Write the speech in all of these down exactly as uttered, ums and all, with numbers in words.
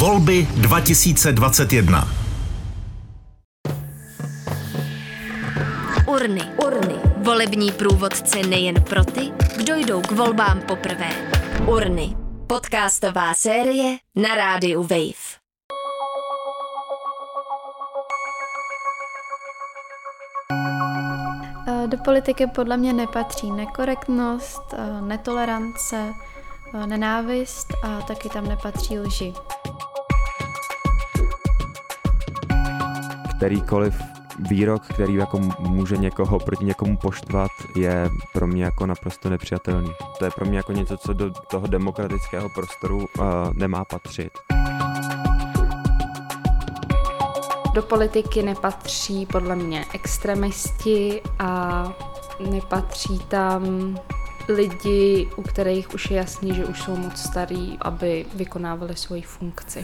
Volby dva tisíce dvacet jedna. Urny. Urny. Volební průvodce nejen pro ty, kdo jdou k volbám poprvé. Urny. Podcastová série na rádiu Wave. Do politiky podle mě nepatří nekorektnost, netolerance, nenávist a taky tam nepatří lži. Kterýkoliv výrok, který jako může někoho proti někomu poštvat, je pro mě jako naprosto nepřijatelný. To je pro mě jako něco, co do toho demokratického prostoru uh, nemá patřit. Do politiky nepatří podle mě extremisti a nepatří tam lidi, u kterých už je jasný, že už jsou moc starí, aby vykonávali svoji funkci.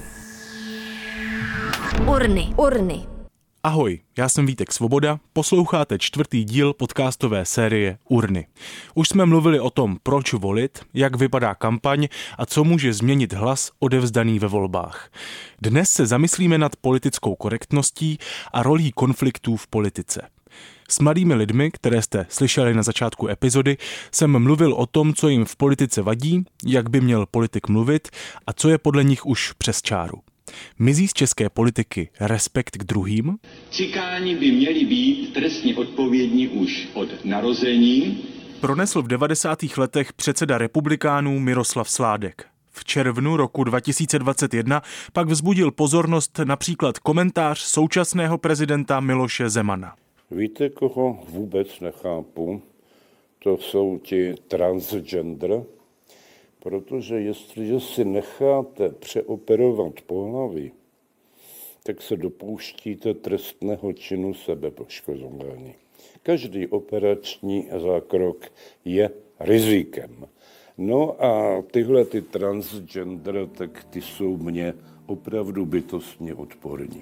Urny. Urny. Ahoj, já jsem Vítek Svoboda, posloucháte čtvrtý díl podcastové série Urny. Už jsme mluvili o tom, proč volit, jak vypadá kampaň a co může změnit hlas odevzdaný ve volbách. Dnes se zamyslíme nad politickou korektností a rolí konfliktů v politice. S mladými lidmi, které jste slyšeli na začátku epizody, jsem mluvil o tom, co jim v politice vadí, jak by měl politik mluvit a co je podle nich už přes čáru. Mizí z české politiky respekt k druhým? Cikáni by měli být trestně odpovědní už od narození. Pronesl v devadesátých letech předseda republikánů Miroslav Sládek. V červnu roku dva tisíce dvacet jedna pak vzbudil pozornost například komentář současného prezidenta Miloše Zemana. Víte, koho vůbec nechápu? To jsou ti transgender. Protože jestliže si necháte přeoperovat pohlaví, tak se dopouštíte trestného činu sebepoškozování. Každý operační zákrok je rizikem. No a tyhle ty transgender, tak ty jsou mně opravdu bytostně odporní.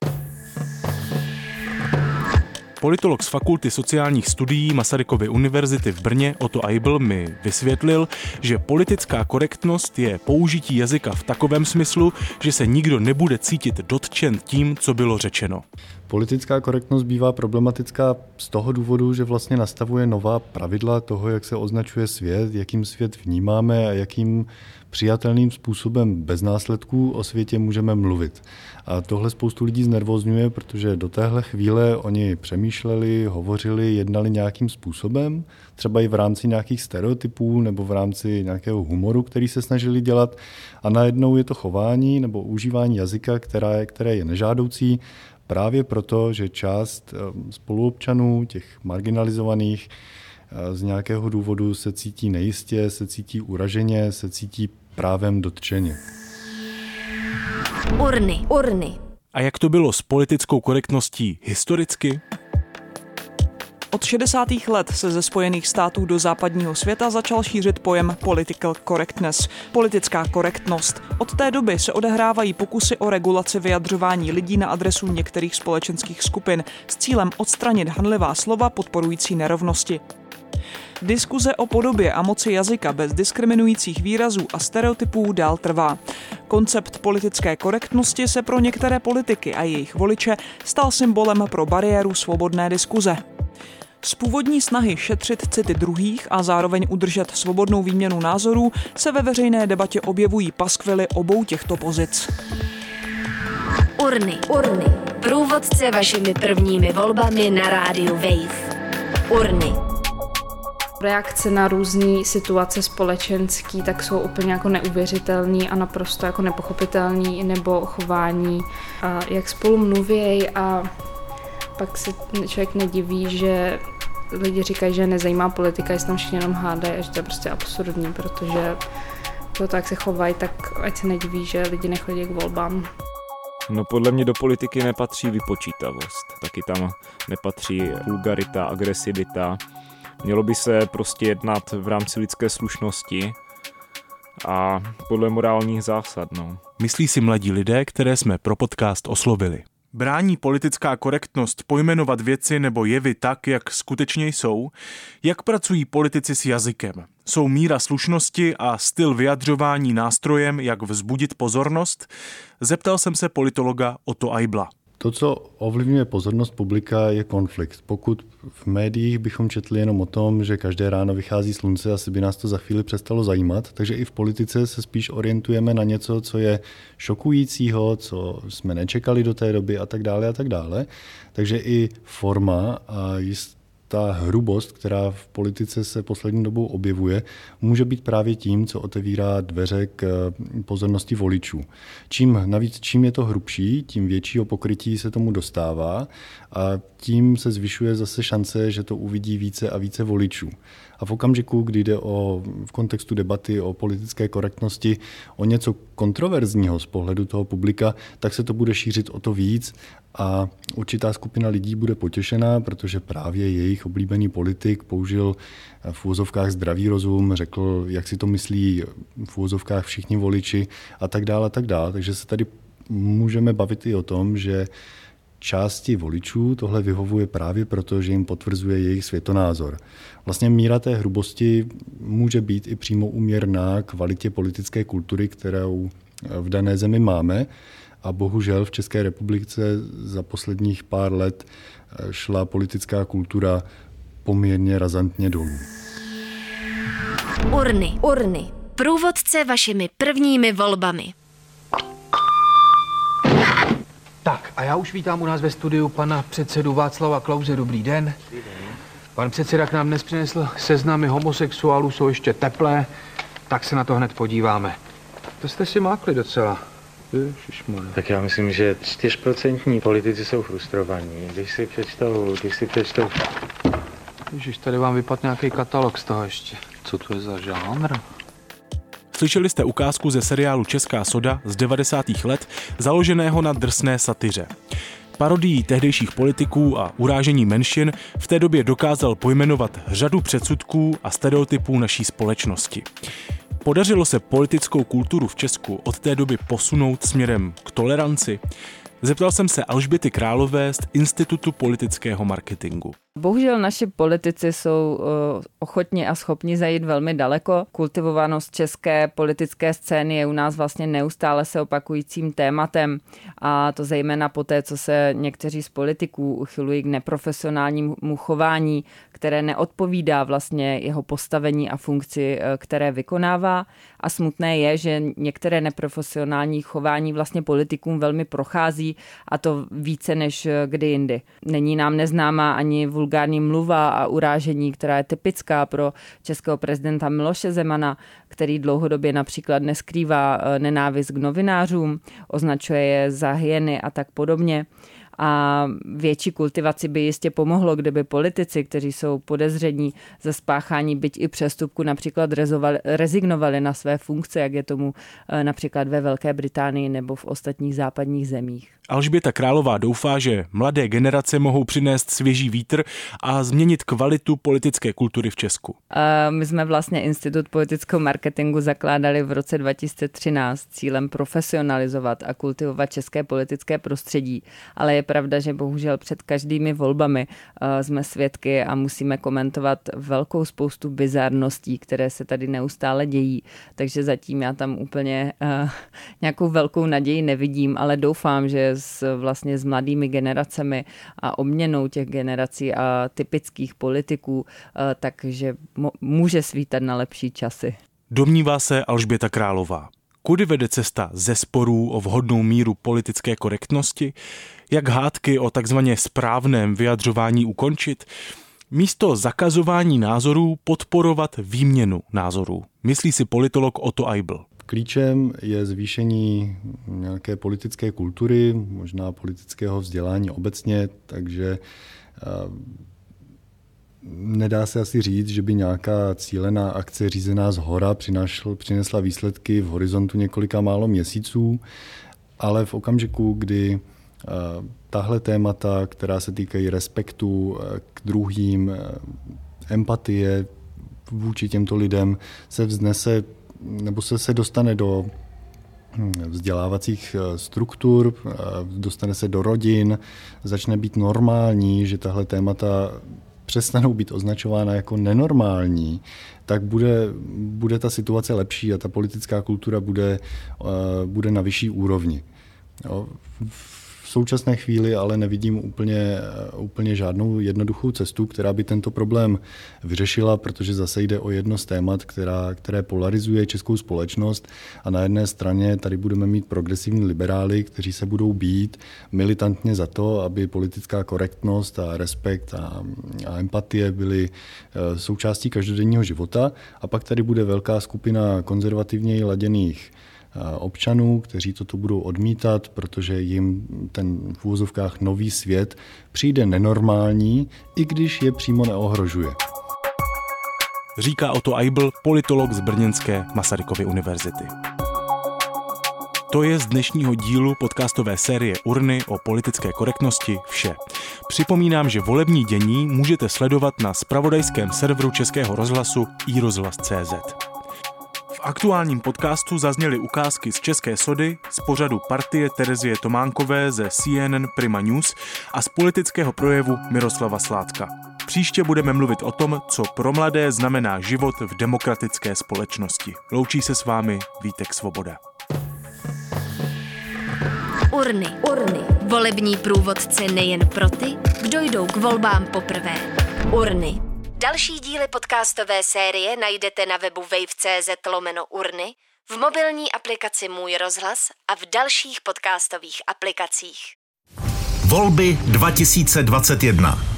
Politolog z Fakulty sociálních studií Masarykovy univerzity v Brně Otto Eibl mi vysvětlil, že politická korektnost je použití jazyka v takovém smyslu, že se nikdo nebude cítit dotčen tím, co bylo řečeno. Politická korektnost bývá problematická z toho důvodu, že vlastně nastavuje nová pravidla toho, jak se označuje svět, jakým svět vnímáme a jakým přijatelným způsobem bez následků o světě můžeme mluvit. A tohle spoustu lidí znervózňuje, protože do téhle chvíle oni přemýšleli, hovořili, jednali nějakým způsobem, třeba i v rámci nějakých stereotypů nebo v rámci nějakého humoru, který se snažili dělat, a najednou je to chování nebo užívání jazyka, která je, které je nežádoucí, právě proto, že část spoluobčanů, těch marginalizovaných, z nějakého důvodu se cítí nejistě, se cítí uraženě, se cítí právem dotčeně. Urny. Urny. A jak to bylo s politickou korektností historicky? Od šedesátých let se ze Spojených států do západního světa začal šířit pojem political correctness, politická korektnost. Od té doby se odehrávají pokusy o regulaci vyjadřování lidí na adresu některých společenských skupin s cílem odstranit hanlivá slova podporující nerovnosti. Diskuze o podobě a moci jazyka bez diskriminujících výrazů a stereotypů dál trvá. Koncept politické korektnosti se pro některé politiky a jejich voliče stal symbolem pro bariéru svobodné diskuze. Z původní snahy šetřit city druhých a zároveň udržet svobodnou výměnu názorů se ve veřejné debatě objevují paskvily obou těchto pozic. Urny. Urny. Průvodce vašimi prvními volbami na rádiu Wave. Urny. Reakce na různé situace společenský tak jsou úplně jako neuvěřitelný a naprosto jako nepochopitelný, nebo chování, a jak spolu mluví, a pak se člověk nediví, že lidi říkají, že nezajímá politika, jestli tam všichni jenom hádají, a že to je prostě absurdní, protože to tak se chovají, tak ať se nediví, že lidi nechodí k volbám. No podle mě do politiky nepatří vypočítavost, taky tam nepatří vulgarita, agresivita. Mělo by se prostě jednat v rámci lidské slušnosti a podle morálních zásad. No. Myslí si mladí lidé, které jsme pro podcast oslovili. Brání politická korektnost pojmenovat věci nebo jevy tak, jak skutečně jsou? Jak pracují politici s jazykem? Jsou míra slušnosti a styl vyjadřování nástrojem, jak vzbudit pozornost? Zeptal jsem se politologa Otto Eibla. To, co ovlivňuje pozornost publika, je konflikt. Pokud v médiích bychom četli jenom o tom, že každé ráno vychází slunce, asi by nás to za chvíli přestalo zajímat. Takže i v politice se spíš orientujeme na něco, co je šokujícího, co jsme nečekali do té doby a tak dále a tak dále. Takže i forma a jist ta hrubost, která v politice se poslední dobou objevuje, může být právě tím, co otevírá dveře k pozornosti voličů. Čím navíc, čím je to hrubší, tím většího pokrytí se tomu dostává a tím se zvyšuje zase šance, že to uvidí více a více voličů. A v okamžiku, kdy jde o, v kontextu debaty o politické korektnosti o něco kontroverzního z pohledu toho publika, tak se to bude šířit o to víc a určitá skupina lidí bude potěšená, protože právě jejich oblíbený politik použil v úvozovkách zdravý rozum, řekl, jak si to myslí v úvozovkách všichni voliči a tak dále a tak dále. Takže se tady můžeme bavit i o tom, že části voličů tohle vyhovuje právě proto, že jim potvrzuje jejich světonázor. Vlastně míra té hrubosti může být i přímo úměrná kvalitě politické kultury, kterou v dané zemi máme. A bohužel v České republice za posledních pár let šla politická kultura poměrně razantně dolů. Urny, urny. Průvodce vašimi prvními volbami. Tak a já už vítám u nás ve studiu pana předsedu Václava Klause. Dobrý den. Pan předseda k nám dnes přinesl seznamy homosexuálů, jsou ještě teplé, tak se na to hned podíváme. To jste si mákli docela. Ježišmarja. Tak já myslím, že čtyřprocentní politici jsou frustrovaní, když si přečtou, když si přečtou. Ježiš, tady vám vypadl nějaký katalog z toho ještě. Co to je za žánr? Slyšeli jste ukázku ze seriálu Česká soda z devadesátých let, založeného na drsné satyře. Parodií tehdejších politiků a urážení menšin v té době dokázal pojmenovat řadu předsudků a stereotypů naší společnosti. Podařilo se politickou kulturu v Česku od té doby posunout směrem k toleranci? Zeptal jsem se Alžběty Králové z Institutu politického marketingu. Bohužel naši politici jsou ochotni a schopni zajít velmi daleko. Kultivovanost české politické scény je u nás vlastně neustále se opakujícím tématem a to zejména po té, co se někteří z politiků uchylují k neprofesionálnímu chování, které neodpovídá vlastně jeho postavení a funkci, které vykonává. A smutné je, že některé neprofesionální chování vlastně politikům velmi prochází a to více než kdy jindy. Není nám neznámá ani vulgární mluva a urážení, která je typická pro českého prezidenta Miloše Zemana, který dlouhodobě například neskrývá nenávist k novinářům, označuje je za hyeny a tak podobně. A větší kultivaci by jistě pomohlo, kdyby politici, kteří jsou podezření ze spáchání byť i přestupku, například rezignovali na své funkce, jak je tomu například ve Velké Británii nebo v ostatních západních zemích. Alžběta Králová doufá, že mladé generace mohou přinést svěží vítr a změnit kvalitu politické kultury v Česku. My jsme vlastně Institut politického marketingu zakládali v roce dva tisíce třináct s cílem profesionalizovat a kultivovat české politické prostředí, ale je pravda, že bohužel před každými volbami jsme svědky a musíme komentovat velkou spoustu bizarností, které se tady neustále dějí, takže zatím já tam úplně uh, nějakou velkou naději nevidím, ale doufám, že s, vlastně s mladými generacemi a obměnou těch generací a typických politiků, uh, takže mo- může svítat na lepší časy. Domnívá se Alžběta Králová. Kudy vede cesta ze sporů o vhodnou míru politické korektnosti? Jak hádky o takzvaně správném vyjadřování ukončit? Místo zakazování názorů podporovat výměnu názorů. Myslí si politolog Otto Eibl. Klíčem je zvýšení nějaké politické kultury, možná politického vzdělání obecně, takže nedá se asi říct, že by nějaká cílená akce řízená zhora přinášl, přinesla výsledky v horizontu několika málo měsíců, ale v okamžiku, kdy tahle témata, která se týkají respektu k druhým, empatie vůči těmto lidem, se vznese nebo se, se dostane do vzdělávacích struktur, dostane se do rodin, začne být normální, že tahle témata přestanou být označována jako nenormální, tak bude, bude ta situace lepší a ta politická kultura bude, bude na vyšší úrovni. Jo. V současné chvíli ale nevidím úplně, úplně žádnou jednoduchou cestu, která by tento problém vyřešila, protože zase jde o jedno z témat, která, které polarizuje českou společnost a na jedné straně tady budeme mít progresivní liberály, kteří se budou bít militantně za to, aby politická korektnost a respekt a, a empatie byly součástí každodenního života, a pak tady bude velká skupina konzervativněji laděných občanů, kteří toto budou odmítat, protože jim ten v úvozovkách nový svět přijde nenormální, i když je přímo neohrožuje. Říká Otto Eibl, politolog z brněnské Masarykovy univerzity. To je z dnešního dílu podcastové série Urny o politické korektnosti vše. Připomínám, že volební dění můžete sledovat na zpravodajském serveru Českého rozhlasu i rozhlas tečka cé zet. V aktuálním podcastu zazněly ukázky z České sody, z pořadu Partie Terezie Tománkové ze C N N Prima News a z politického projevu Miroslava Sládka. Příště budeme mluvit o tom, co pro mladé znamená život v demokratické společnosti. Loučí se s vámi Vítek Svoboda. Urny. Urny. Volební průvodce nejen pro ty, kdo jdou k volbám poprvé. Urny. Další díly podcastové série najdete na webu wave tečka cé zet lomeno urny, v mobilní aplikaci Můj rozhlas a v dalších podcastových aplikacích. Volby dva tisíce dvacet jedna.